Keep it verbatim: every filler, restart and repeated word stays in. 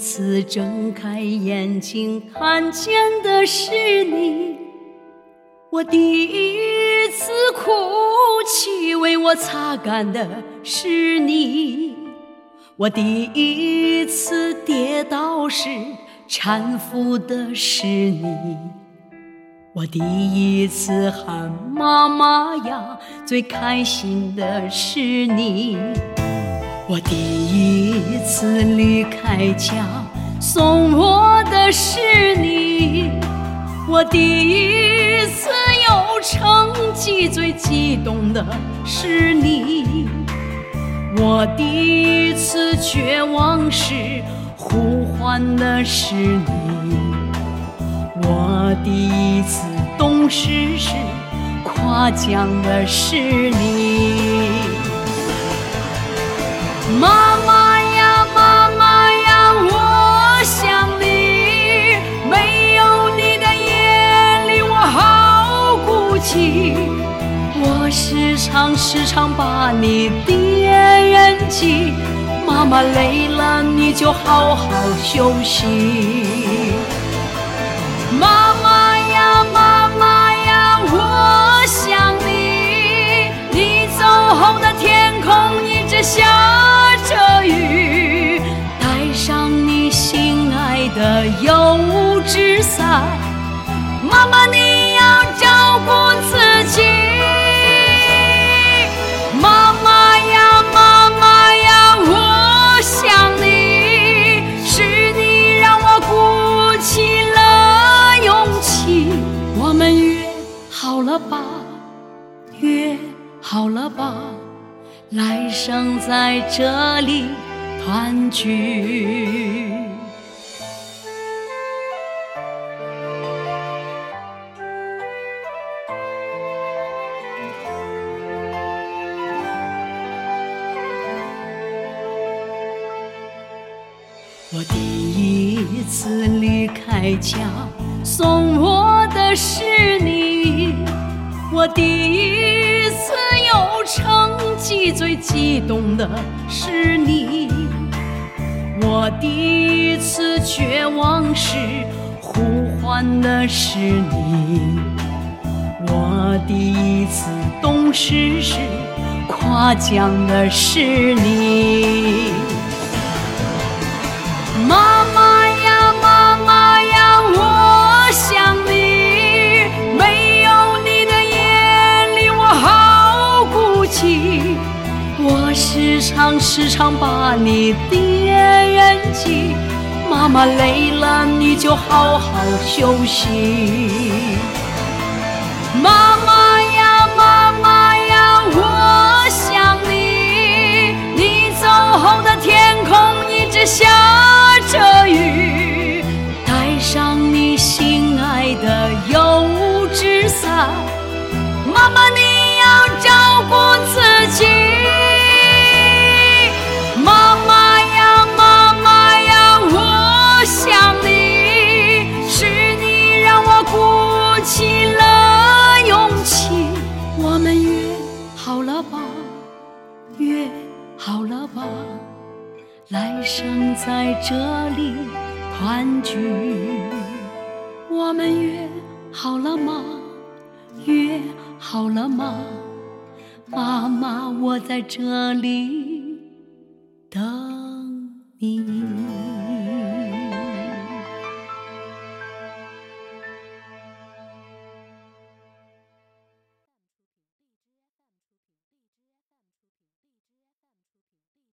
次睁开眼睛看见的是你，我第一次哭泣为我擦干的是你，我第一次跌倒时搀扶的是你，我第一次喊妈妈呀最开心的是你，我第一次离开家送我的是你，我第一次有成绩最激动的是你，我第一次绝望时呼唤的是你，我第一次懂事时夸奖的是你。妈妈呀妈妈呀，我想你，没有你的夜里我好孤寂，我时常时常把你点人记，妈妈累了你就好好休息。妈妈呀妈妈呀，我想你，你走后的天空一直下着雨，带上你心爱的油纸伞，妈妈你要照顾自己。妈妈呀妈妈呀，我想你，是你让我鼓起了勇气，我们约好了吧，约好了吧，来生在这里团聚。我第一次离开家送我的是你，我第一次有成绩最激动的是你，我第一次绝望时呼唤的是你，我第一次懂事时夸奖的是你。妈妈呀妈妈呀，我想你，没有你的夜里我好孤寂，我时常时常把你点人记，妈妈累了你就好好休息。妈妈呀妈妈呀，我想你，你走后的天空一直下着雨，带上你心爱的油纸伞，妈妈你要照顾自己。妈妈呀妈妈呀，我想你，是你让我鼓起了勇气，我们约好了吧，约好了吧，来生在这里团聚。我们约好了吗？约好了吗？妈妈，我在这里等你。